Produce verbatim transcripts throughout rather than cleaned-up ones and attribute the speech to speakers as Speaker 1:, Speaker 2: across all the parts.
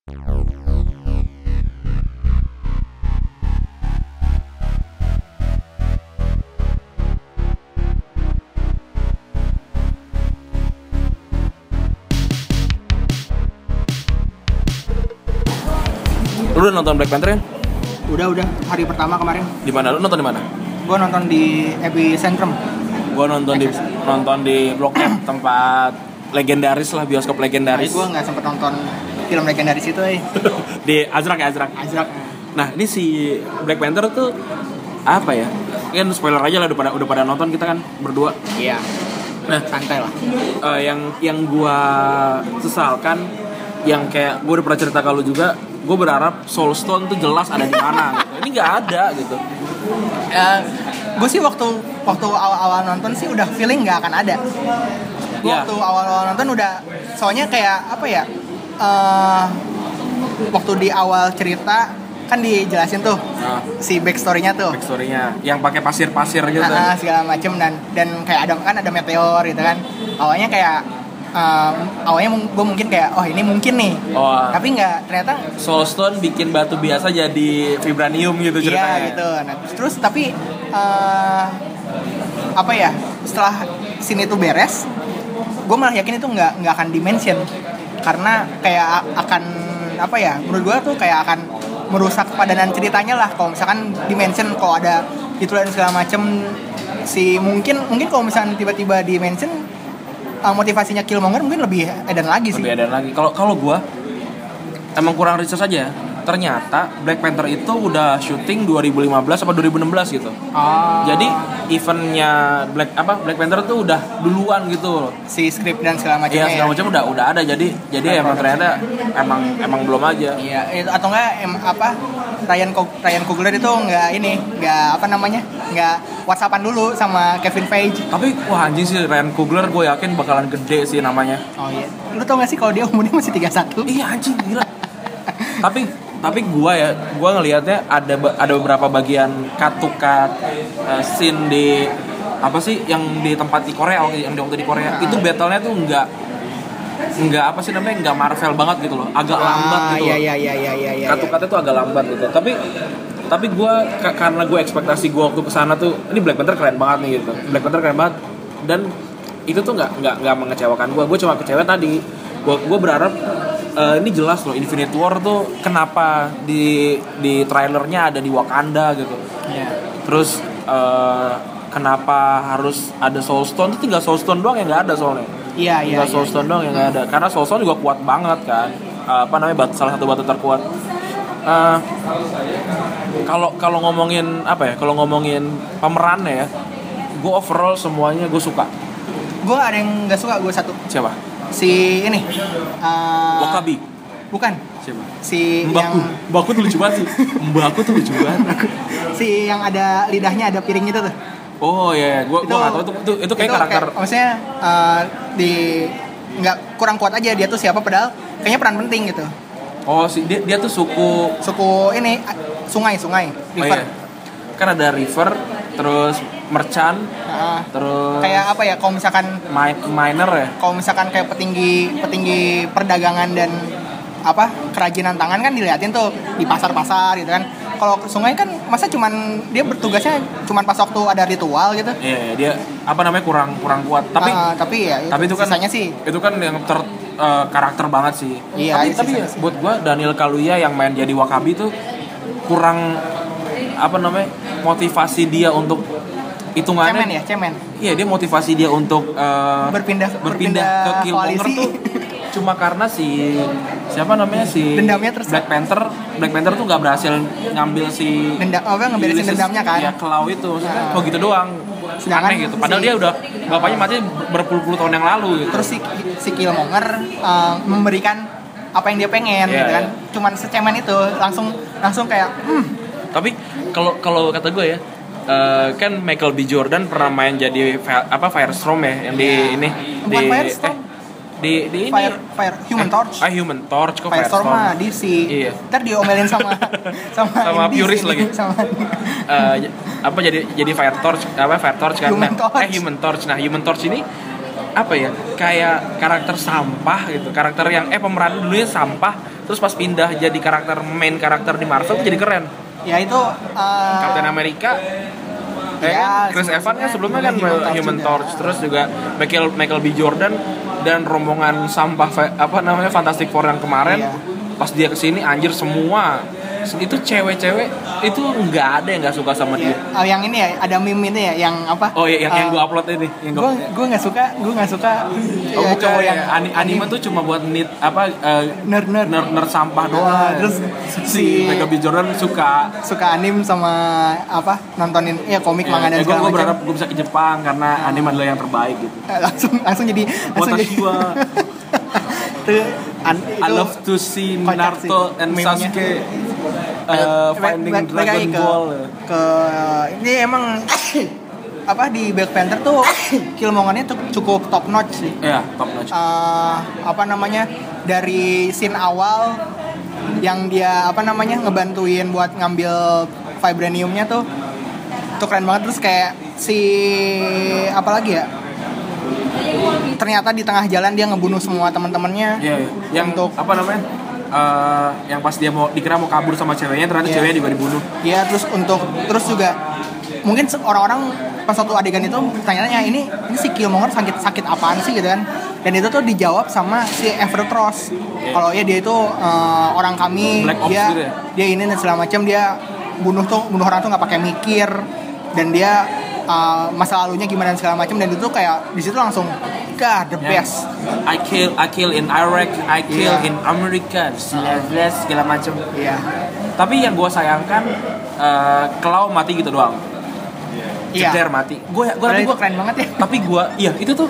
Speaker 1: Lu udah nonton Black Panther kan?
Speaker 2: Udah udah hari pertama kemarin.
Speaker 1: Di mana? Lu nonton di mana?
Speaker 2: Gue nonton di Epicentrum.
Speaker 1: Gua nonton di nonton di Blok M, tempat legendaris lah, bioskop legendaris.
Speaker 2: Nah, gue nggak sempet nonton film legendaris itu, eh.
Speaker 1: Di Azrak ya Azrak.
Speaker 2: Azrak.
Speaker 1: Nah ini si Black Panther tuh apa ya? Kan spoiler aja lah, udah pada udah pada nonton kita kan berdua.
Speaker 2: Iya.
Speaker 1: Nah
Speaker 2: Santai lah.
Speaker 1: uh, yang yang gua sesalkan, yang kayak gue udah pernah cerita ke lu juga, gue berharap Soul Stone tuh jelas ada di mana gitu. Ini nggak ada gitu.
Speaker 2: Uh, gue sih waktu waktu awal-awal nonton sih udah feeling nggak akan ada. Gue
Speaker 1: Ya.
Speaker 2: waktu awal-awal nonton udah, soalnya kayak apa ya? Uh, waktu di awal cerita kan dijelasin tuh
Speaker 1: Nah,
Speaker 2: si backstory-nya tuh.
Speaker 1: backstory-nya yang pakai pasir-pasir gitu.
Speaker 2: Nah, segala macem dan dan kayak ada kan ada meteor gitu kan. Awalnya kayak uh, awalnya gue mungkin kayak oh ini mungkin nih.
Speaker 1: Oh,
Speaker 2: Tapi nggak, ternyata
Speaker 1: Soul Stone bikin batu biasa jadi vibranium gitu ceritanya.
Speaker 2: iya gitu. Nah, terus tapi uh, apa ya, setelah scene itu beres, gue malah yakin itu nggak nggak akan dimention, karena kayak akan apa ya, menurut gue tuh kayak akan merusak padanan ceritanya lah. Kalau misalkan dimention, kalau ada ditulis segala macem, si mungkin mungkin kalau misalkan tiba-tiba dimention uh, motivasinya Killmonger mungkin lebih edan lagi sih.
Speaker 1: Lebih edan lagi. Kalau kalau gue emang kurang research aja. Ternyata Black Panther itu udah syuting dua ribu lima belas apa dua ribu enam belas gitu.
Speaker 2: Oh.
Speaker 1: Jadi eventnya Black apa Black Panther tuh udah duluan gitu loh.
Speaker 2: Si skrip dan segala
Speaker 1: Iya
Speaker 2: macamnya.
Speaker 1: segala macam udah udah ada. Jadi jadi emang ternyata emang emang belum aja.
Speaker 2: Iya, itu atau enggak em, apa Ryan Cog- Ryan Coogler itu enggak ini, enggak apa namanya? Enggak WhatsAppan dulu sama Kevin Feige.
Speaker 1: Tapi wah anjing sih Ryan Coogler, gue yakin bakalan gede sih namanya.
Speaker 2: Oh iya. Lu tau gak sih kalau dia umurnya masih tiga puluh satu?
Speaker 1: Iya anjing gila. tapi tapi gue ya gue ngelihatnya ada ada beberapa bagian cut to cut uh, scene di apa sih yang di tempat di Korea, yang di waktu di Korea itu battle-nya tuh enggak enggak apa sih namanya, enggak Marvel banget gitu loh, agak lambat
Speaker 2: Ah,
Speaker 1: gitu
Speaker 2: iya
Speaker 1: loh.
Speaker 2: iya iya iya iya iya.
Speaker 1: Cut to cut-nya tuh agak lambat gitu. Tapi tapi gue k- karena gue ekspektasi gue waktu kesana tuh ini Black Panther keren banget nih gitu. Black Panther keren banget dan itu tuh nggak nggak nggak mengecewakan gue. Gue cuma kecewa tadi. Gue gue berharap uh, ini jelas loh, Infinite War tuh kenapa di di trailernya ada di Wakanda gitu.
Speaker 2: Iya.
Speaker 1: Terus uh, kenapa harus ada Soul Stone? Itu tinggal Soul Stone doang yang nggak ada soalnya.
Speaker 2: Iya iya.
Speaker 1: Tinggal Soul
Speaker 2: iya.
Speaker 1: Stone doang yang nggak ada. Karena Soul Stone juga kuat banget kan. Uh, apa namanya? Batu, salah satu batu terkuat. Uh, Kalau kalau ngomongin apa ya? Kalau ngomongin pemerannya ya, gue overall semuanya gue suka.
Speaker 2: Gue ada yang nggak suka, gue satu.
Speaker 1: Siapa?
Speaker 2: Si ini. Uh,
Speaker 1: Wakabi.
Speaker 2: Bukan.
Speaker 1: Siapa?
Speaker 2: Si
Speaker 1: Mbaku.
Speaker 2: yang
Speaker 1: Mbaku tuh lucu banget sih. Mbaku tuh lucu banget.
Speaker 2: si yang ada lidahnya ada piring itu tuh.
Speaker 1: Oh iya, yeah. gue gue nggak tahu itu itu itu kayak karakter.
Speaker 2: Kayak, maksudnya uh, di nggak kurang kuat aja dia tuh siapa, padahal kayaknya peran penting gitu.
Speaker 1: Oh si dia dia tuh suku.
Speaker 2: Suku ini sungai sungai river.
Speaker 1: Oh, iya. Kan ada river, terus merchant,
Speaker 2: Nah,
Speaker 1: terus
Speaker 2: kayak apa ya, kalau misalkan
Speaker 1: mi- miner ya.
Speaker 2: kalau misalkan kayak petinggi petinggi perdagangan dan apa kerajinan tangan kan diliatin tuh di pasar-pasar gitu kan. Kalau ke sungai kan masa cuman dia bertugasnya cuman pas waktu ada ritual gitu.
Speaker 1: Iya, iya, dia apa namanya kurang kurang kuat. Tapi
Speaker 2: Ah, tapi ya
Speaker 1: tapi itu kan
Speaker 2: sisanya sih
Speaker 1: itu kan yang ter uh, karakter banget sih.
Speaker 2: Iya,
Speaker 1: tapi
Speaker 2: iya,
Speaker 1: tapi
Speaker 2: sisanya
Speaker 1: ya,
Speaker 2: sih.
Speaker 1: buat gua Daniel Kaluuya yang main jadi Wakabi tuh kurang apa namanya motivasi dia untuk hitungannya.
Speaker 2: cemen ya cemen
Speaker 1: Iya, dia motivasi dia untuk uh,
Speaker 2: berpindah
Speaker 1: berpindah ke Killmonger
Speaker 2: koalisi.
Speaker 1: tuh cuma karena si siapa namanya si
Speaker 2: Dendamnya terus-
Speaker 1: Black Panther Black Panther tuh nggak berhasil ngambil si
Speaker 2: Dendam, apa ngeberesin
Speaker 1: Ulysses,
Speaker 2: dendamnya kan.
Speaker 1: ya Klaw itu maksudnya
Speaker 2: Nah.
Speaker 1: kok gitu doang.
Speaker 2: Sedangkan
Speaker 1: Aneh gitu, padahal
Speaker 2: si-
Speaker 1: dia udah bapaknya mati berpuluh-puluh tahun yang lalu gitu.
Speaker 2: Terus si si Killmonger uh, memberikan apa yang dia pengen
Speaker 1: Iya,
Speaker 2: gitu kan.
Speaker 1: iya.
Speaker 2: Cuman secemen itu langsung langsung kayak hmm,
Speaker 1: Tapi kalau kalau kata gue ya, uh, kan Michael B. Jordan pernah main jadi fi- apa Firestorm ya yang di
Speaker 2: Iya.
Speaker 1: ini
Speaker 2: Bukan
Speaker 1: di
Speaker 2: Firestorm.
Speaker 1: eh, di di ini
Speaker 2: Fire Fire Human
Speaker 1: eh,
Speaker 2: Torch.
Speaker 1: ah Human Torch kok
Speaker 2: Firestorm
Speaker 1: Firestorm.
Speaker 2: mah D C.
Speaker 1: Iya.
Speaker 2: Ntar diomelin sama sama
Speaker 1: Sama
Speaker 2: Indies
Speaker 1: purist
Speaker 2: ini,
Speaker 1: lagi.
Speaker 2: sama
Speaker 1: Eh, j- apa jadi jadi Fire Torch apa Fire Torch kan
Speaker 2: Human
Speaker 1: nah,
Speaker 2: Torch.
Speaker 1: eh Human Torch. Nah, Human Torch ini apa ya? Kayak karakter sampah gitu. Karakter yang eh pemeran dulunya sampah terus pas pindah jadi karakter main karakter di Marvel tuh jadi keren.
Speaker 2: Ya itu uh,
Speaker 1: Captain America,
Speaker 2: ya,
Speaker 1: ya, Chris Evans kan sebelumnya kan Human Torch, Human Torch terus juga Michael Michael B Jordan dan rombongan sampah apa namanya Fantastic Four yang kemarin. Iya. Pas dia kesini anjir semua itu cewek-cewek itu nggak ada yang nggak suka sama dia.
Speaker 2: Oh, yang ini ya ada meme ini ya yang apa?
Speaker 1: Oh iya yang uh, yang gue upload ini.
Speaker 2: Gue gue nggak suka gue nggak suka.
Speaker 1: Oh ya, bukan yang Ani, anime, anime tuh cuma buat nit apa uh,
Speaker 2: nerd nerd
Speaker 1: nerd nerd sampah doang. Uh,
Speaker 2: terus
Speaker 1: si Michael B Jordan suka
Speaker 2: suka anim sama apa nontonin ya komik manga dan
Speaker 1: segala macam. Gue berharap gue bisa ke Jepang karena
Speaker 2: uh,
Speaker 1: anime adalah yang terbaik gitu.
Speaker 2: langsung langsung jadi langsung jadi
Speaker 1: tuh an, I love to see Naruto and Sasuke uh, finding
Speaker 2: back, back
Speaker 1: Dragon
Speaker 2: ke,
Speaker 1: Ball.
Speaker 2: Ke ini emang apa di Black Panther tuh Killmongernya tuh cukup top notch sih.
Speaker 1: Iya, top notch.
Speaker 2: Uh, apa namanya dari scene awal yang dia apa namanya ngebantuin buat ngambil vibraniumnya tuh tuh keren banget. Terus kayak si apa lagi ya? Ternyata di tengah jalan dia ngebunuh semua teman-temannya.
Speaker 1: Iya, iya. Yang
Speaker 2: untuk
Speaker 1: apa namanya? Uh, yang pas dia mau dikira mau kabur sama ceweknya ternyata yeah. ceweknya juga dibunuh.
Speaker 2: Iya, terus untuk terus juga mungkin orang-orang pas satu adegan itu tanya-tanya ini ini si Killmonger sakit sakit apaan sih gitu kan. Dan itu tuh dijawab sama si Everett Ross. Yeah. Kalau ya dia itu uh, orang kami,
Speaker 1: Black Ops
Speaker 2: dia
Speaker 1: gitu ya?
Speaker 2: dia ini dan segala macam dia bunuh tuh bunuh orang tuh nggak pakai mikir dan dia uh, masa lalunya gimana dan segala macam dan itu kayak di situ langsung God the yeah. best.
Speaker 1: I kill I kill in Iraq, I kill
Speaker 2: yeah.
Speaker 1: in America, segala segala macam.
Speaker 2: Iya. Yeah.
Speaker 1: Tapi yang gue sayangkan uh, Klaw mati gitu doang.
Speaker 2: Iya.
Speaker 1: Jeder mati. Gue gue tapi gue
Speaker 2: keren banget ya.
Speaker 1: Tapi gue iya itu tuh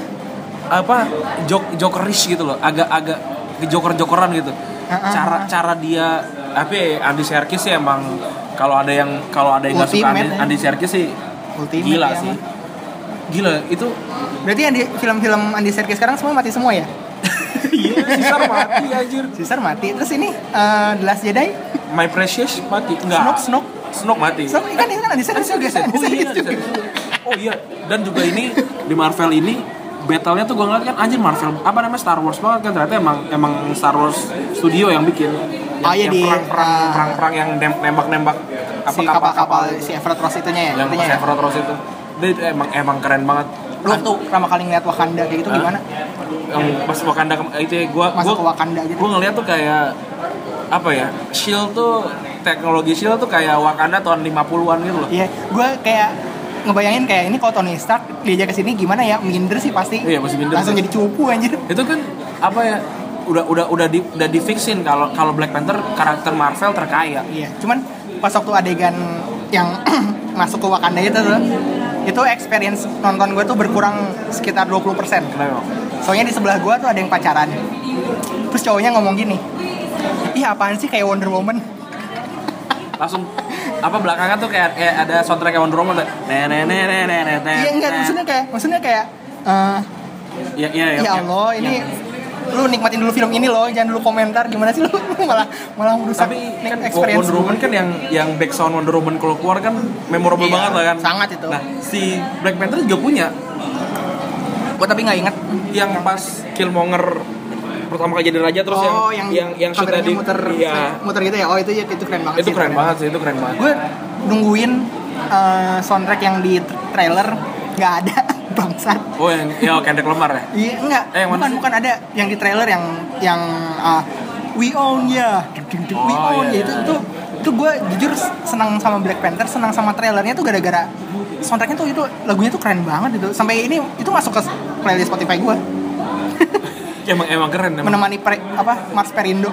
Speaker 1: apa jok jokerish gitu loh, agak-agak joker-jokeran gitu. Uh-huh. Cara cara dia apa ya, Andy Serkis sih emang kalau ada yang kalau ada yang nggak suka Andy, ya. Andy Serkis sih Ultimate gila ya, sih. Man. Gila itu.
Speaker 2: Berarti yang di film-film Andy Serkis sekarang semua mati semua ya?
Speaker 1: Iya, Caesar mati anjir.
Speaker 2: Caesar mati. Terus ini uh, The Last Jedi?
Speaker 1: My Precious mati. Enggak.
Speaker 2: Snoke Snoke
Speaker 1: Snoke mati.
Speaker 2: Snoke kan ini kan Andy Serkis juga.
Speaker 1: Oh iya, oh iya. Dan juga ini di Marvel ini battle-nya tuh gue ngeliat kan anjir Marvel apa namanya Star Wars banget kan ternyata emang emang Star Wars Studio yang bikin. Yang,
Speaker 2: oh iya
Speaker 1: yang
Speaker 2: di
Speaker 1: perang-perang uh, perang-perang yang nembak-nembak apa
Speaker 2: si kapal-kapal si Everett Ross itunya ya.
Speaker 1: Yang si Everett Ross itu. Dia itu emang emang keren banget.
Speaker 2: Lu tuh pertama kali ngeliat Wakanda kayak gitu uh, gimana?
Speaker 1: Yang pas Wakanda itu ya gue
Speaker 2: masuk ke Wakanda gitu.
Speaker 1: Gue ngeliat tuh kayak apa ya? Shield tuh teknologi Shield tuh kayak Wakanda tahun lima puluhan gitu loh.
Speaker 2: Iya, gue kayak ngebayangin kayak ini kalau Tony Stark diajak ke sini gimana ya? Minder sih pasti.
Speaker 1: Iya, pasti minder.
Speaker 2: Langsung sih. Jadi cupu anjir.
Speaker 1: Itu kan apa ya? Udah udah udah di udah di fixin kalau kalau Black Panther karakter Marvel terkaya.
Speaker 2: Iya, cuman pas waktu adegan yang masuk ke Wakanda itu tuh itu experience nonton gue tuh berkurang sekitar dua puluh persen.
Speaker 1: Kenapa?
Speaker 2: Soalnya di sebelah gue tuh ada yang pacaran. Terus cowoknya ngomong gini, ih apaan sih kayak Wonder Woman.
Speaker 1: Langsung apa belakangan tuh kayak, kayak ada soundtrack Wonder Woman tuh.
Speaker 2: Iya enggak, maksudnya kayak maksudnya kayak uh,
Speaker 1: ya, ya, ya,
Speaker 2: ya Allah ya. Ini ya. Lu nikmatin dulu film ini loh, jangan dulu komentar gimana sih lu malah malah merusak.
Speaker 1: Tapi kan Wonder Woman kan yang yang back sound Wonder Woman kalau keluar kan memorable iya, banget lah kan.
Speaker 2: Sangat itu.
Speaker 1: Nah, si Black Panther juga punya.
Speaker 2: Gua tapi nggak inget
Speaker 1: yang pas Killmonger pertama kali jadi raja terus
Speaker 2: oh,
Speaker 1: yang yang yang shoot tadi
Speaker 2: muter,
Speaker 1: ya.
Speaker 2: muter gitu ya. Oh, itu itu keren banget
Speaker 1: itu
Speaker 2: sih.
Speaker 1: Keren, keren banget sih, itu keren banget.
Speaker 2: Gue nungguin uh, soundtrack yang di trailer nggak ada. Bangsat.
Speaker 1: Oh yang ya Kendrick Lamar ya?
Speaker 2: Iya enggak. Eh, bukan bukan ada yang di trailer yang yang uh, We Own ya. We
Speaker 1: oh,
Speaker 2: Own
Speaker 1: iya,
Speaker 2: ya itu itu itu gue jujur senang sama Black Panther, senang sama trailernya tuh gara-gara soundtracknya tuh itu lagunya tuh keren banget itu. Sampai ini itu masuk ke playlist Spotify gue.
Speaker 1: emang emang keren emang.
Speaker 2: Menemani pre, apa Mars Perindo.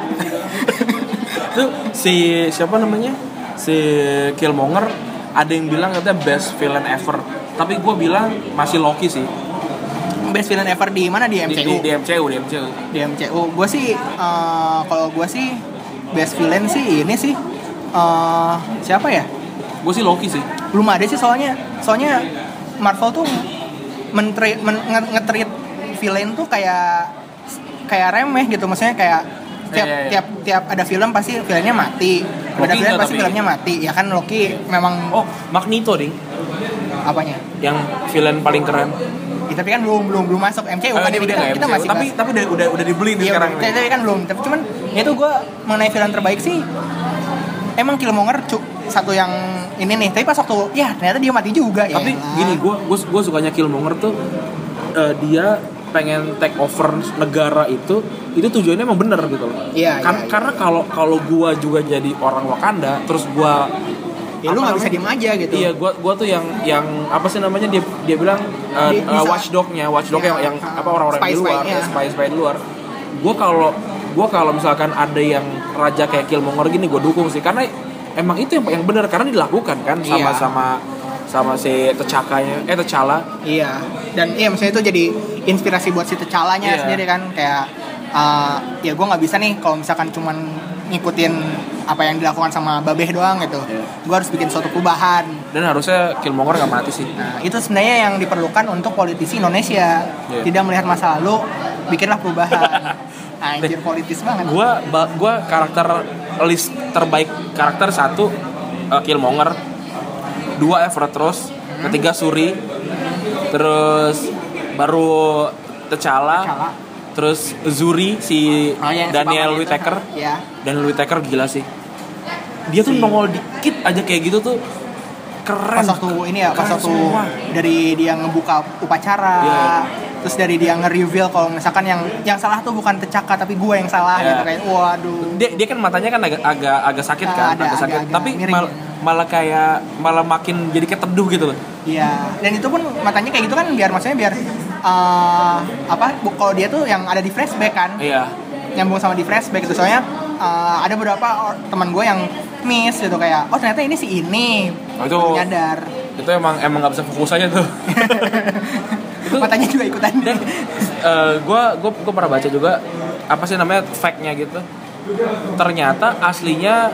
Speaker 1: Tuh si siapa namanya? Si Killmonger ada yang bilang katanya best villain ever. Tapi gue bilang masih Loki sih.
Speaker 2: Best villain ever di mana di M C U?
Speaker 1: Di, di, di M C U, di M C U.
Speaker 2: Di M C U. Gue sih uh, kalau gue sih best villain sih ini sih uh, siapa ya?
Speaker 1: Gue sih Loki sih.
Speaker 2: Belum ada sih soalnya. Soalnya Marvel tuh men-treat men, nge-treat villain tuh kayak kayak remeh gitu. Maksudnya kayak tiap
Speaker 1: yeah, yeah, yeah.
Speaker 2: tiap tiap ada film pasti villainnya mati. Ada villain pasti filmnya mati. Ya kan Loki memang
Speaker 1: oh, Magneto ding.
Speaker 2: Apanya?
Speaker 1: Yang villain paling keren.
Speaker 2: Ya, tapi kan belum belum belum masuk M C U
Speaker 1: Oh,
Speaker 2: kan
Speaker 1: dia
Speaker 2: ini
Speaker 1: udah
Speaker 2: kita,
Speaker 1: nggak
Speaker 2: kita
Speaker 1: M C U.
Speaker 2: masih
Speaker 1: tapi
Speaker 2: bahas.
Speaker 1: tapi udah udah udah dibeli nih
Speaker 2: Iya,
Speaker 1: sekarang
Speaker 2: tapi, tapi kan belum. Tapi cuman itu gue mengenai film terbaik sih emang Killmonger cu, satu yang ini nih. Tapi pas waktu ya ternyata dia mati juga ya.
Speaker 1: Tapi gini, gue gue gue sukanya Killmonger tuh uh, dia pengen take over negara itu itu tujuannya emang bener gitu loh.
Speaker 2: Iya,
Speaker 1: kan,
Speaker 2: iya,
Speaker 1: karena kalau kalau gue juga jadi orang Wakanda terus gue
Speaker 2: ya lu nggak bisa diem aja gitu.
Speaker 1: Iya, gua gua tuh yang yang apa sih namanya dia dia bilang uh,
Speaker 2: Dia
Speaker 1: uh,
Speaker 2: bisa-
Speaker 1: watchdog-nya, watchdog
Speaker 2: Ya,
Speaker 1: yang yang
Speaker 2: uh,
Speaker 1: apa orang-orang di luar,
Speaker 2: spy-spy-nya.
Speaker 1: ya, spy-spy di luar. Gua kalau gua kalau misalkan ada yang raja kayak Killmonger gini gua dukung sih karena emang itu yang yang benar karena dilakukan kan sama
Speaker 2: Iya.
Speaker 1: sama sama si T'Chaka-nya, eh T'Challa.
Speaker 2: Iya. Dan iya maksudnya itu jadi inspirasi buat si T'Challa-nya
Speaker 1: Iya.
Speaker 2: sendiri kan kayak uh, ya gue nggak bisa nih kalau misalkan cuman ngikutin apa yang dilakukan sama Babeh doang gitu.
Speaker 1: Iya.
Speaker 2: Gue harus bikin suatu perubahan.
Speaker 1: Dan harusnya Killmonger gak mati sih.
Speaker 2: Nah, itu sebenarnya yang diperlukan untuk politisi Indonesia.
Speaker 1: Iya.
Speaker 2: Tidak melihat masa lalu, bikinlah perubahan. Anjir politis banget.
Speaker 1: Gua ba, gua karakter list terbaik karakter satu uh, Killmonger, dua Everett Ross,
Speaker 2: Hmm.
Speaker 1: ketiga Shuri, terus baru T'Challa,
Speaker 2: T'Challa.
Speaker 1: terus Zuri si
Speaker 2: Oh, yang si
Speaker 1: Daniel
Speaker 2: pamannya itu.
Speaker 1: Whittaker.
Speaker 2: Iya.
Speaker 1: Daniel Whittaker gila sih. Dia tuh
Speaker 2: Si-
Speaker 1: nongol dikit aja kayak gitu tuh keren.
Speaker 2: Pas waktu ini ya, pas
Speaker 1: Keren
Speaker 2: waktu
Speaker 1: semua.
Speaker 2: dari dia ngebuka upacara,
Speaker 1: Iya.
Speaker 2: terus dari dia nge-reveal kalau misalkan yang yang salah tuh bukan T'Chaka tapi gue yang salah
Speaker 1: Iya.
Speaker 2: gitu kayak waduh.
Speaker 1: dia dia kan matanya kan agak agak agak sakit
Speaker 2: Ah,
Speaker 1: kan,
Speaker 2: ada,
Speaker 1: agak sakit.
Speaker 2: agak-agak
Speaker 1: Tapi
Speaker 2: miring.
Speaker 1: mal- malah kayak malah makin jadi kayak teduh gitu loh.
Speaker 2: Iya. Dan itu pun matanya kayak gitu kan biar maksudnya biar eh, apa bu- kalau dia tuh yang ada di flashback kan.
Speaker 1: Iya.
Speaker 2: Nyambung sama di flashback itu soalnya eh, ada beberapa or- teman gue yang miss gitu kayak oh ternyata ini si ini.
Speaker 1: Oh, itu-
Speaker 2: Baru nyadar.
Speaker 1: Itu emang emang nggak bisa fokus aja tuh. Itu
Speaker 2: Matanya juga ikutan.
Speaker 1: dan gue gue gue pernah baca juga apa sih namanya fact-nya gitu. Ternyata aslinya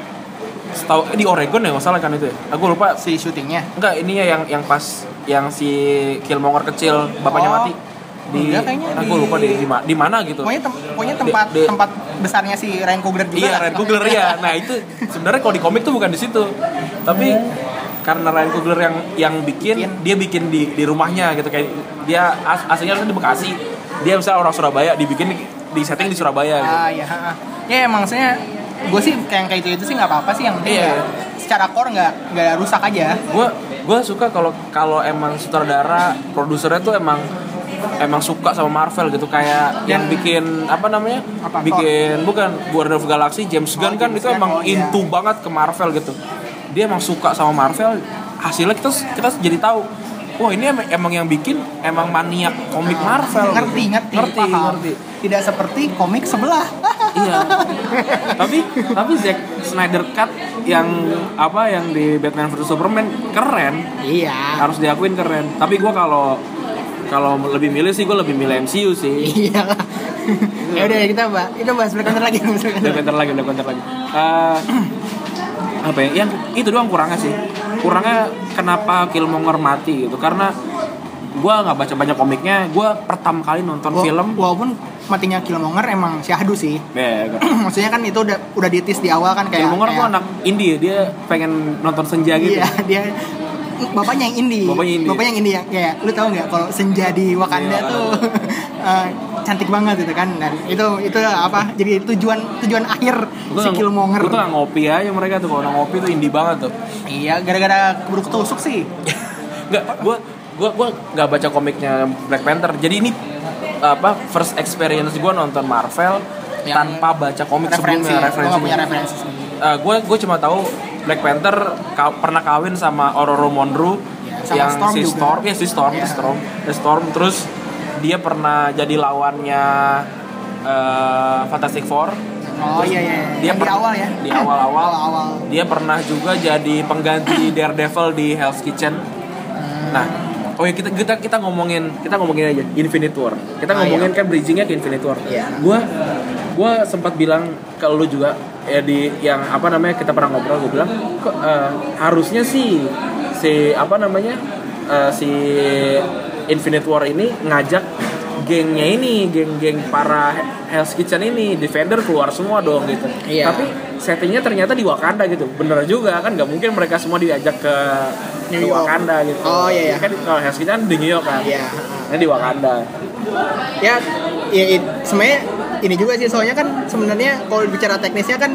Speaker 1: setahu eh, di Oregon ya nggak salah kan itu ya. Aku lupa.
Speaker 2: Si syutingnya.
Speaker 1: Enggak, ini ya yang yang pas yang si Killmonger kecil bapaknya
Speaker 2: Oh,
Speaker 1: mati di
Speaker 2: enggak, kayaknya
Speaker 1: aku
Speaker 2: di-
Speaker 1: lupa di di, ma- di mana gitu.
Speaker 2: Pokoknya, tem- pokoknya tempat
Speaker 1: Di- di-
Speaker 2: tempat besarnya si Ryan Coogler juga.
Speaker 1: Iya,
Speaker 2: lah.
Speaker 1: Ryan Coogler ya. Nah, itu sebenarnya kalau di komik tuh bukan di situ. Tapi karena Ryan Coogler yang yang bikin,
Speaker 2: Bikin.
Speaker 1: dia bikin di di rumahnya gitu kayak dia as, aslinya kan di Bekasi. Dia misalnya orang Surabaya dibikin di, di setting di Surabaya gitu.
Speaker 2: Ah ya, ha, ha. Ya emang maksudnya gue sih kayak kayak itu itu sih nggak apa-apa sih yang penting
Speaker 1: Iya.
Speaker 2: ya secara core nggak nggak rusak aja.
Speaker 1: Gue gue suka kalau kalau emang sutradara produsernya tuh emang emang suka sama Marvel gitu kayak
Speaker 2: Dan-
Speaker 1: yang bikin apa namanya
Speaker 2: Apa,
Speaker 1: bikin bukan Guardians of the Galaxy James
Speaker 2: Oh,
Speaker 1: Gunn kan
Speaker 2: James
Speaker 1: itu
Speaker 2: Gunn,
Speaker 1: emang
Speaker 2: oh, iya.
Speaker 1: into banget ke Marvel gitu. Dia emang suka sama Marvel, hasilnya kita kita jadi tahu wah ini emang, emang yang bikin emang maniak komik Marvel
Speaker 2: Ngerti
Speaker 1: gitu.
Speaker 2: ngerti
Speaker 1: ngerti
Speaker 2: paham.
Speaker 1: ngerti.
Speaker 2: Tidak seperti komik sebelah.
Speaker 1: Iya. tapi tapi Zack Snyder cut yang apa yang di Batman versus Superman keren.
Speaker 2: Iya.
Speaker 1: Harus diakuin keren. Tapi gue kalau kalau lebih milih sih gue lebih milih M C U sih.
Speaker 2: Iya. Ya udah kita bahas itu bahas Black Panther lagi. bahas Black
Speaker 1: Black
Speaker 2: Panther.
Speaker 1: Panther lagi, Black Panther lagi. Eh, apa ya? Yang itu doang kurangnya sih. Kurangnya kenapa Killmonger mati gitu? Karena gue nggak baca banyak komiknya. Gue pertama kali nonton
Speaker 2: Wa-
Speaker 1: film.
Speaker 2: Walaupun matinya Killmonger emang syahdu sih.
Speaker 1: Ya, gak.
Speaker 2: Maksudnya kan itu udah udah ditis di awal kan kayak
Speaker 1: Killmonger tuh
Speaker 2: kayak-
Speaker 1: anak indie, dia pengen nonton senja gitu.
Speaker 2: Iya, dia bapaknya yang indie.
Speaker 1: Bapaknya indie.
Speaker 2: Bapaknya yang indie yang kayak lu tahu nggak kalau senja di Wakanda
Speaker 1: Iya.
Speaker 2: tuh eh, cantik banget gitu kan. Dan itu itu apa? Jadi tujuan tujuan akhir
Speaker 1: Gua
Speaker 2: si
Speaker 1: nggak-
Speaker 2: Killmonger.
Speaker 1: gua tuh nggak ngopi aja mereka tuh, kalau nggak ngopi tuh indie banget tuh.
Speaker 2: Iya, gara-gara keburu ketusuk sih.
Speaker 1: Nggak, gue gue gue nggak baca komiknya Black Panther. Jadi ini apa first experience gue nonton Marvel
Speaker 2: Yang
Speaker 1: tanpa baca komik
Speaker 2: Referensi.
Speaker 1: sebelumnya.
Speaker 2: Gua
Speaker 1: Referensi.
Speaker 2: nggak punya referensi.
Speaker 1: gue gue cuma tahu Black Panther ka- pernah kawin sama Ororo Monroe
Speaker 2: Ya, sama
Speaker 1: yang
Speaker 2: Storm
Speaker 1: si
Speaker 2: juga.
Speaker 1: Storm, ya si Storm,
Speaker 2: Iya.
Speaker 1: si Storm, si Storm. Terus dia pernah jadi lawannya eh, Fantastic Four.
Speaker 2: Oh iya iya.
Speaker 1: Dia
Speaker 2: Yang di
Speaker 1: per-
Speaker 2: awal ya.
Speaker 1: Di awal-awal.
Speaker 2: Awal-awal.
Speaker 1: Dia pernah juga jadi pengganti Daredevil di Hell's Kitchen. Nah, oh ya kita kita kita ngomongin kita ngomongin aja Infinite War. Kita
Speaker 2: Ah,
Speaker 1: ngomongin
Speaker 2: iya.
Speaker 1: kan bridgingnya ke Infinite War.
Speaker 2: Iya.
Speaker 1: Gua gua sempat bilang ke lu juga ya di yang apa namanya kita pernah ngobrol, gue bilang kok eh, harusnya sih si apa namanya eh, si Infinite War ini ngajak gengnya ini, geng-geng para Hell's Kitchen ini, Defender keluar semua dong gitu.
Speaker 2: Iya.
Speaker 1: Tapi settingnya ternyata di Wakanda gitu. Bener juga kan, nggak mungkin mereka semua diajak ke,
Speaker 2: New
Speaker 1: ke
Speaker 2: York.
Speaker 1: Wakanda gitu.
Speaker 2: Oh iya, iya.
Speaker 1: Kan kalau Hell's Kitchen di New York kan.
Speaker 2: Iya.
Speaker 1: Ini di Wakanda.
Speaker 2: Ya, ya it- sebenarnya ini juga sih, soalnya kan sebenarnya kalau bicara teknisnya kan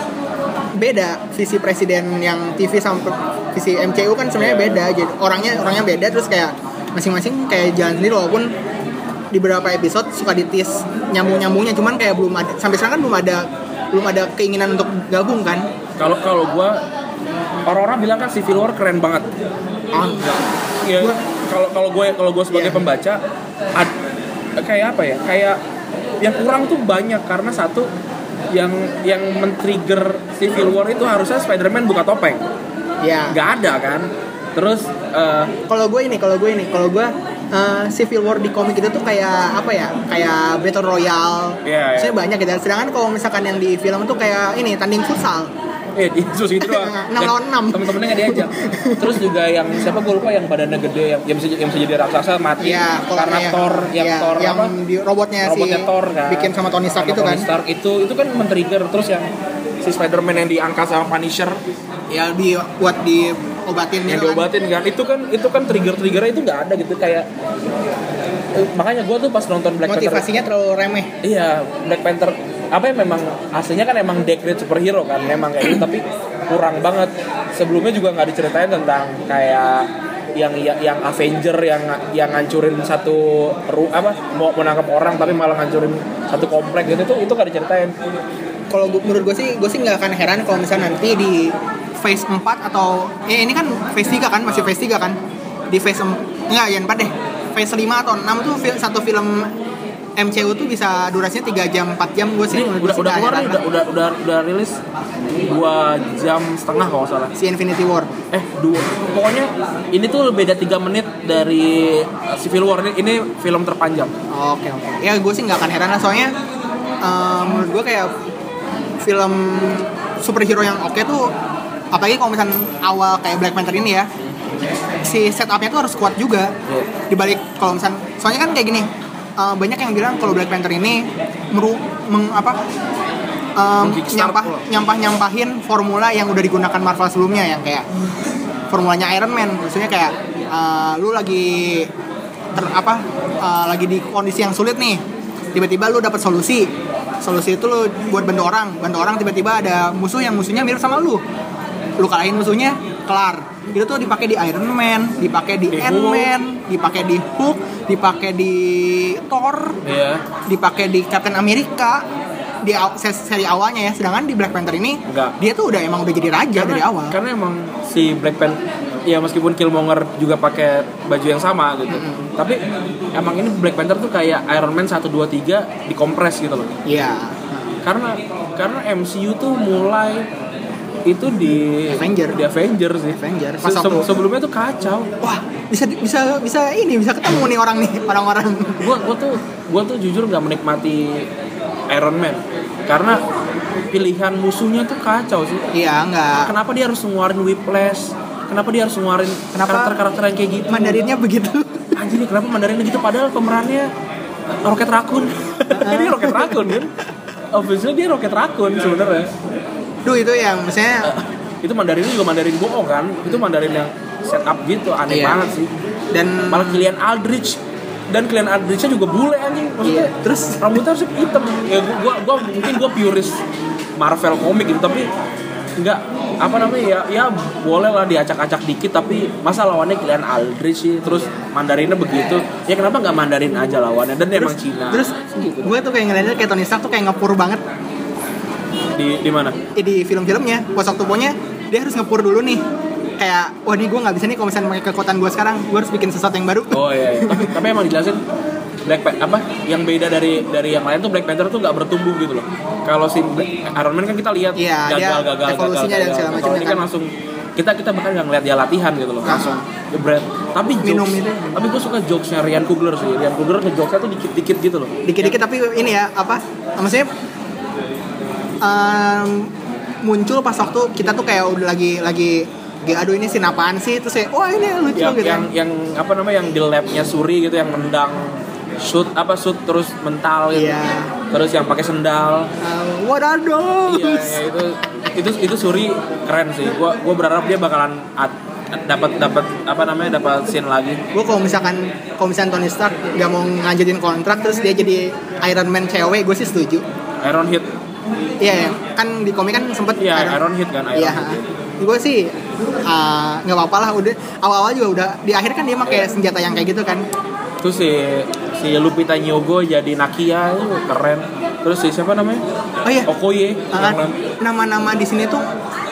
Speaker 2: beda visi presiden yang T V sama visi M C U kan sebenarnya beda. Jadi orangnya orangnya beda, terus kayak masing-masing kayak jalan sendiri, walaupun di beberapa episode suka ditis nyambung-nyambungnya, cuman kayak belum ada, sampai sekarang kan belum ada belum ada keinginan untuk gabung kan.
Speaker 1: Kalau kalau gue, orang-orang bilang kan Civil War keren banget.
Speaker 2: Ah, enggak.
Speaker 1: Ya,
Speaker 2: Gua-
Speaker 1: kalau kalau gue kalau gue sebagai
Speaker 2: Iya.
Speaker 1: pembaca, ad- kayak apa ya? Kayak yang kurang tuh banyak, karena satu yang yang men-trigger Civil War itu harusnya Spider-Man buka topeng.
Speaker 2: Ya.
Speaker 1: Nggak ada kan? Terus eh,
Speaker 2: Kalau gue ini, kalau gue ini, kalau gue uh, Civil War di komik itu tuh kayak apa ya? Kayak Battle Royale.
Speaker 1: Iya, iya.
Speaker 2: Maksudnya banyak gitu. Sedangkan kalau misalkan yang di film tuh kayak ini tanding futsal.
Speaker 1: eh Yesus itu doang.
Speaker 2: enam lawan enam.
Speaker 1: Temen-temennya nggak diajak. Terus juga yang siapa gue lupa, yang badannya gede, yang, yang bisa yang bisa jadi raksasa mati.
Speaker 2: Iya, kalau
Speaker 1: karena
Speaker 2: yang-
Speaker 1: Thor, yang
Speaker 2: iya,
Speaker 1: Thor
Speaker 2: yang
Speaker 1: apa?
Speaker 2: di robotnya,
Speaker 1: Robotnya
Speaker 2: si
Speaker 1: Thor kan.
Speaker 2: bikin sama Tony Stark
Speaker 1: Sama
Speaker 2: itu kan.
Speaker 1: Tony Stark itu itu kan men-trigger. Terus yang si Spider-Man yang diangkat sama Punisher
Speaker 2: Ya di buat diobatin
Speaker 1: yang
Speaker 2: gitu kan.
Speaker 1: diobatin kan, itu kan itu kan trigger-triggernya itu nggak ada gitu. Kayak eh, makanya gue tuh pas nonton Black Panther,
Speaker 2: Motivasinya terlalu remeh.
Speaker 1: iya, Black Panther apa ya, memang aslinya kan emang decade superhero kan, memang kayak gitu, tapi kurang banget. Sebelumnya juga nggak diceritain tentang kayak yang yang, yang Avenger yang yang ngancurin satu ru, apa mau menangkap orang tapi malah ngancurin satu komplek gitu, itu itu nggak diceritain.
Speaker 2: Kalau gua- menurut gue sih, gue sih nggak akan heran kalau misalnya nanti di phase empat atau eh ini kan phase tiga kan, masih phase tiga kan. Di phase em- enggak, ya empat deh. Phase lima atau enam tuh fil- satu film M C U tuh bisa durasinya tiga jam, empat jam. Gue sih
Speaker 1: Ini
Speaker 2: menurut
Speaker 1: udah
Speaker 2: gua sih
Speaker 1: udah
Speaker 2: nggak
Speaker 1: keluar nih,
Speaker 2: heran
Speaker 1: udah
Speaker 2: lah.
Speaker 1: udah udah udah rilis dua jam setengah kalau nggak salah.
Speaker 2: Si Infinity War.
Speaker 1: Eh dua, pokoknya ini tuh beda tiga menit dari uh, Civil War. Ini, ini film terpanjang.
Speaker 2: Oke oke. Ya gue sih nggak akan heran lah, soalnya eh, menurut gue kayak film superhero yang oke tuh, apalagi kalau misalnya awal kayak Black Panther ini ya, si setupnya tuh harus kuat juga.
Speaker 1: Yeah.
Speaker 2: Dibalik kalau misalnya, soalnya kan kayak gini, eh, banyak yang bilang kalau Black Panther ini meru, meng, apa em,
Speaker 1: Meng-kickstart
Speaker 2: nyampah
Speaker 1: pula.
Speaker 2: nyampah nyampahin formula yang udah digunakan Marvel sebelumnya, yang kayak formulanya Iron Man. Maksudnya kayak eh, lu lagi ter, apa eh, lagi di kondisi yang sulit nih, tiba-tiba lu dapat solusi. Solusi itu lu buat bantu orang, bantu orang, tiba-tiba ada musuh yang musuhnya mirip sama lu. Lu kalahin musuhnya, kelar. Itu tuh dipakai di Iron Man, dipakai di,
Speaker 1: Di
Speaker 2: Ant-Man, dipakai di Hulk, dipakai di Thor,
Speaker 1: Iya.
Speaker 2: dipakai di Captain America di aw- se- seri awalnya ya. Sedangkan di Black Panther ini
Speaker 1: Enggak.
Speaker 2: dia tuh udah emang udah jadi raja dari awal.
Speaker 1: Karena emang si Black Panther, ya meskipun Killmonger juga pakai baju yang sama gitu,
Speaker 2: Mm-hmm.
Speaker 1: tapi emang ini Black Panther tuh kayak Iron Man satu, dua, tiga dikompres gitu loh.
Speaker 2: Iya.
Speaker 1: Karena karena M C U tuh mulai itu di
Speaker 2: Avenger.
Speaker 1: di Avenger sih.
Speaker 2: Avenger.
Speaker 1: Se-
Speaker 2: Pas
Speaker 1: se-
Speaker 2: waktu-
Speaker 1: sebelumnya tuh kacau.
Speaker 2: Wah, bisa bisa bisa ini bisa ketemu nih orang nih, orang-orang.
Speaker 1: Gua gua tuh gua tuh jujur nggak menikmati Iron Man karena pilihan musuhnya tuh kacau sih.
Speaker 2: Iya, enggak.
Speaker 1: Kenapa dia harus ngeluarin Whiplash? Kenapa dia harus ngeluarin
Speaker 2: Kenapa
Speaker 1: karakter-karakter yang kayak gitu?
Speaker 2: Mandarinnya begitu.
Speaker 1: Anjir, nih, kenapa Mandarinnya gitu? Padahal pemerannya Rocket Raccoon. Dia Rocket Raccoon kan? Obviously dia Rocket Raccoon sebenarnya.
Speaker 2: Duh, itu yang misalnya
Speaker 1: Itu Mandarinnya juga Mandarin bohong kan? Itu Mandarin yang set up gitu, aneh
Speaker 2: Iya.
Speaker 1: banget sih.
Speaker 2: dan
Speaker 1: Malah Killian Aldrich, dan Killian Aldrich-nya juga bule anjing. Maksudnya
Speaker 2: Iya.
Speaker 1: terus rambutnya harus hitam. Ya gua, gua, gua mungkin gua purist Marvel komik gitu, tapi nggak apa namanya ya ya boleh lah diacak-acak dikit, tapi masa lawannya Killian Aldrich sih, terus Mandarinnya begitu, ya kenapa nggak Mandarin aja lawannya, dan dia emang Cina.
Speaker 2: terus
Speaker 1: gitu.
Speaker 2: gue tuh kayak ngeliatnya kayak Tony Stark tuh kayak ngepur banget.
Speaker 1: di di mana?
Speaker 2: Eh, di film-filmnya pas waktu pokoknya dia harus ngepur dulu nih, kayak wah nih gue nggak bisa nih kalau misalnya pakai kekuatan gue sekarang, gue harus bikin sesuatu yang baru.
Speaker 1: Oh iya, iya. tapi tapi emang dijelasin Black Panther apa yang beda dari dari yang lain tuh, Black Panther tuh nggak bertumbuh gitu loh. Kalau si Black- Iron Man kan kita lihat
Speaker 2: Iya, dia
Speaker 1: gagal, gagal, gagal,
Speaker 2: evolusinya
Speaker 1: gagal,
Speaker 2: dan segala
Speaker 1: gagal.
Speaker 2: macam
Speaker 1: Kalau ini kan
Speaker 2: kan.
Speaker 1: langsung kita kita bahkan nggak ngeliat dia latihan gitu loh, langsung jebret. Tapi
Speaker 2: Minum
Speaker 1: jokes,
Speaker 2: itu.
Speaker 1: tapi gue suka jokesnya Ryan Coogler sih. Ryan Coogler ngejokesnya tuh dikit-dikit gitu loh.
Speaker 2: Dikit-dikit tapi ini ya apa? Maksudnya em, muncul pas waktu kita tuh kayak udah lagi lagi kayak, aduh ini sinapaan sih, terus kayak wah ini lucu
Speaker 1: Yang
Speaker 2: gitu.
Speaker 1: yang yang apa namanya yang di labnya Suri gitu, yang nendang shoot apa shoot terus mental gitu.
Speaker 2: Iya.
Speaker 1: Terus yang pakai sendal.
Speaker 2: Uh, what are those?
Speaker 1: Iya, ya, itu itu itu Suri keren sih. Gua gua berharap dia bakalan dapat dapat apa namanya dapat scene lagi.
Speaker 2: Gue kalau misalkan kalau misalkan Tony Stark nggak mau ngajutin kontrak terus dia jadi Iron Man cewek, gue sih setuju.
Speaker 1: Iron Hit.
Speaker 2: Iya, kan di komik kan sempet
Speaker 1: Iya, Iron, Iron Hit kan Iron
Speaker 2: iya.
Speaker 1: Hit.
Speaker 2: Gue sih nggak uh, apa-apa lah, udah awal-awal juga udah di akhir kan dia pakai yeah. senjata yang kayak gitu kan.
Speaker 1: Terus si si Lupita Nyong'o jadi Nakia itu keren. Terus si siapa namanya?
Speaker 2: Oh iya.
Speaker 1: Okoye.
Speaker 2: Uh, nama-nama di sini tuh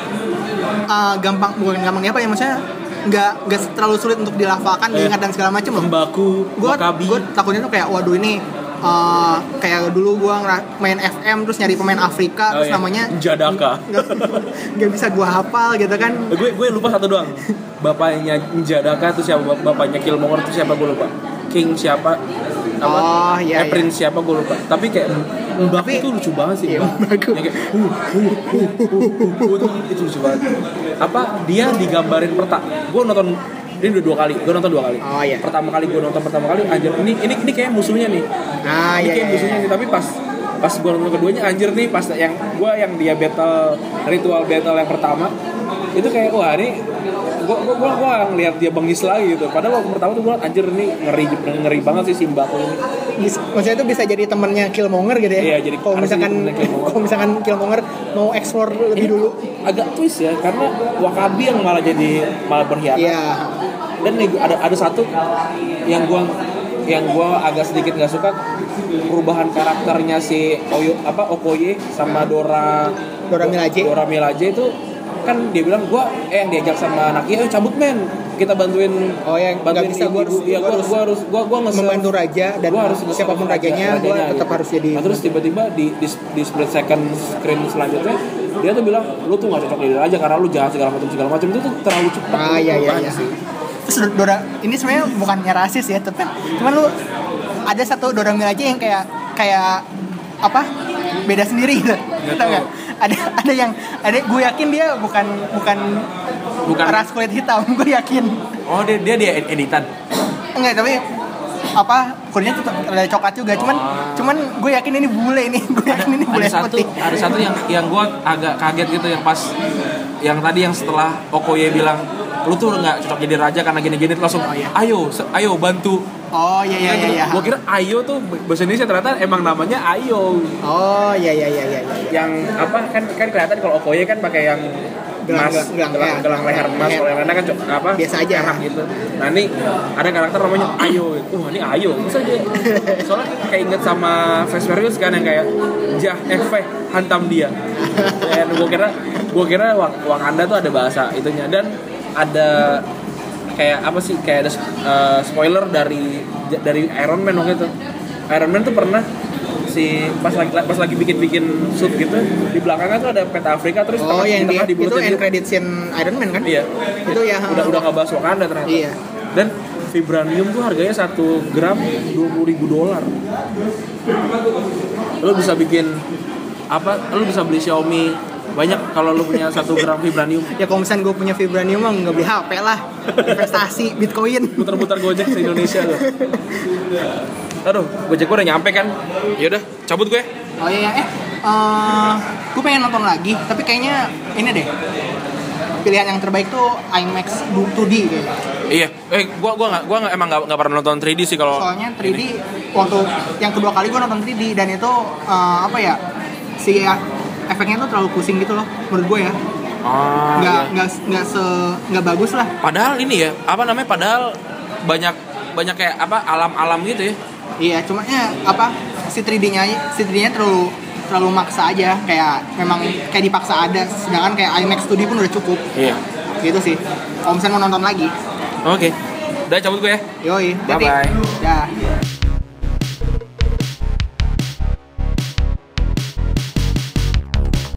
Speaker 2: uh, gampang, bukan gampang apa ya, maksudnya nggak nggak terlalu sulit untuk dilafalkan,
Speaker 1: eh,
Speaker 2: diingat dan segala macam loh.
Speaker 1: Tembaku, Wakabi.
Speaker 2: Gue takutnya tuh kayak waduh ini uh, kayak dulu gue main F M terus nyari pemain Afrika, oh, terus iya. namanya
Speaker 1: Njadaka.
Speaker 2: Nggak bisa gue hafal gitu kan.
Speaker 1: Gue gue lupa satu doang. Bapaknya Njadaka itu siapa? Bapaknya Killmonger itu siapa? Gue lupa. King siapa? Apa?
Speaker 2: Oh iya.
Speaker 1: Eh, Prince
Speaker 2: iya.
Speaker 1: siapa? Gue lupa. Tapi kayak Mbak itu lucu banget sih.
Speaker 2: Iya, Mbak.
Speaker 1: Kayak uh, uh, uh, uh, uh, uh, itu lucu banget. Apa dia digambarin pertama? Gue nonton ini udah dua kali. Gue nonton dua kali.
Speaker 2: Oh iya.
Speaker 1: Pertama kali gue nonton pertama kali anjir ini ini ini kayak musuhnya nih.
Speaker 2: Ah
Speaker 1: ini
Speaker 2: iya.
Speaker 1: kayak
Speaker 2: iya.
Speaker 1: musuhnya nih, tapi pas pas gue nonton keduanya anjir nih pas yang gue yang dia battle ritual battle yang pertama itu kayak wah ini gue gue gue gue ngeliat dia bengis lagi gitu. Padahal waktu pertama tuh gue anjir ini ngeri ngeri banget sih si Mbako ini.
Speaker 2: Maksudnya itu bisa jadi temennya Killmonger gitu ya?
Speaker 1: Iya, jadi
Speaker 2: kalau misalkan kalau misalkan Killmonger mau explore lebih
Speaker 1: ini
Speaker 2: dulu.
Speaker 1: Agak twist ya karena Wakabi yang malah jadi malah berkhianat.
Speaker 2: Iya.
Speaker 1: Dan nih, ada ada satu yang gue yang gue agak sedikit nggak suka perubahan karakternya si Oyo apa Okoye sama Dora
Speaker 2: Dora Milaje.
Speaker 1: Dora Milaje itu kan dia bilang gue eh yang diajak sama Nakia ayo cabut men kita bantuin
Speaker 2: oh yang bantuin bisa gue harus
Speaker 1: ya, gua, gua harus gua gua nge-
Speaker 2: membantu raja dan
Speaker 1: gua harus
Speaker 2: siapapun rajanya gue tetap
Speaker 1: gitu.
Speaker 2: harus jadi.
Speaker 1: Nah, terus tiba-tiba di, di di split second screen selanjutnya dia tuh bilang lu tuh nggak cocok jadi raja karena lu jahat segala macam segala macam itu tuh terlalu cepat.
Speaker 2: Ah iya iya iya. Terus Dora ini sebenarnya bukannya rasis ya, tapi cuman lu ada satu Dora Milaje yang kayak kayak apa beda sendiri gitu. Tahu nggak? Ada ada yang ada gue yakin dia bukan bukan
Speaker 1: bukan
Speaker 2: ras kulit hitam, gue yakin.
Speaker 1: Oh dia dia dia editan.
Speaker 2: Enggak, tapi apa kulitnya tetap ada coklat juga, cuman oh. cuman gue yakin ini bule ini, gue yakin
Speaker 1: ada,
Speaker 2: ini bule
Speaker 1: ada satu,
Speaker 2: putih. Ada
Speaker 1: satu yang yang gue agak kaget gitu yang pas yang tadi yang setelah Okoye bilang lu tuh nggak cocok jadi raja karena gini-gini langsung oh, iya. ayo ayo bantu.
Speaker 2: Oh iya iya iya. iya.
Speaker 1: Gue kira Ayo tuh bahasa Indonesia ternyata emang namanya Ayo.
Speaker 2: Oh iya iya iya iya.
Speaker 1: Yang apa kan kan kelihatan kalau Okoye kan pakai yang
Speaker 2: gelang
Speaker 1: emas,
Speaker 2: gelang,
Speaker 1: gelang,
Speaker 2: ya.
Speaker 1: gelang leher emas, kalau yang lainnya kan apa
Speaker 2: biasa aja
Speaker 1: enak gitu. Nah ini ada karakter namanya Ayo. Wah ini Ayo bisa aja. Soalnya kayak inget sama Fast Furious kan yang kayak Jah F hantam dia. Dan gue kira gue kira Wakanda tuh ada bahasa itunya dan ada kayak apa sih kayak ada uh, spoiler dari dari Iron Man waktu itu. Iron Man tuh pernah si pas lagi pas lagi bikin-bikin suit gitu di belakangnya tuh ada peta Afrika terus
Speaker 2: oh, yang
Speaker 1: di tengah
Speaker 2: di, itu end
Speaker 1: gitu.
Speaker 2: credit scene Iron Man kan?
Speaker 1: Iya.
Speaker 2: Itu ya
Speaker 1: udah udah nggak bahas Wakanda ternyata.
Speaker 2: Iya.
Speaker 1: Dan vibranium tuh harganya satu gram dua puluh ribu dolar. Lo bisa bikin apa? Lo bisa beli Xiaomi banyak kalau lo punya satu gram vibranium.
Speaker 2: Ya kalau misalnya gue punya vibranium mah nggak beli H P lah, investasi Bitcoin.
Speaker 1: Putar-putar Gojek se Indonesia lo. Aduh, Gojek gue udah nyampe kan. Yaudah, cabut gue.
Speaker 2: Oh iya, eh, uh, gue pengen nonton lagi, tapi kayaknya ini deh. Pilihan yang terbaik tuh IMAX dua D kayaknya.
Speaker 1: Iya, eh, gue gue nggak gue nggak emang nggak nggak pernah nonton tiga D sih kalau.
Speaker 2: Soalnya tiga D ini. Waktu yang kedua kali gue nonton tiga D dan itu uh, apa ya si efeknya tuh terlalu pusing gitu loh menurut gue ya.
Speaker 1: Oh,
Speaker 2: nggak
Speaker 1: iya.
Speaker 2: nggak nggak se nggak bagus lah.
Speaker 1: Padahal ini ya apa namanya padahal banyak banyak kayak apa alam-alam gitu ya.
Speaker 2: Iya, cuma ya apa si tiga D-nya si tiga D-nya terlalu terlalu maksa aja kayak memang kayak dipaksa ada sedangkan kayak IMAX dua D pun udah cukup.
Speaker 1: Iya.
Speaker 2: Gitu sih. Kalau misalnya mau nonton lagi.
Speaker 1: Oke. Udah cabut gue ya.
Speaker 2: Yoi.
Speaker 1: Bye bye.
Speaker 2: Dah.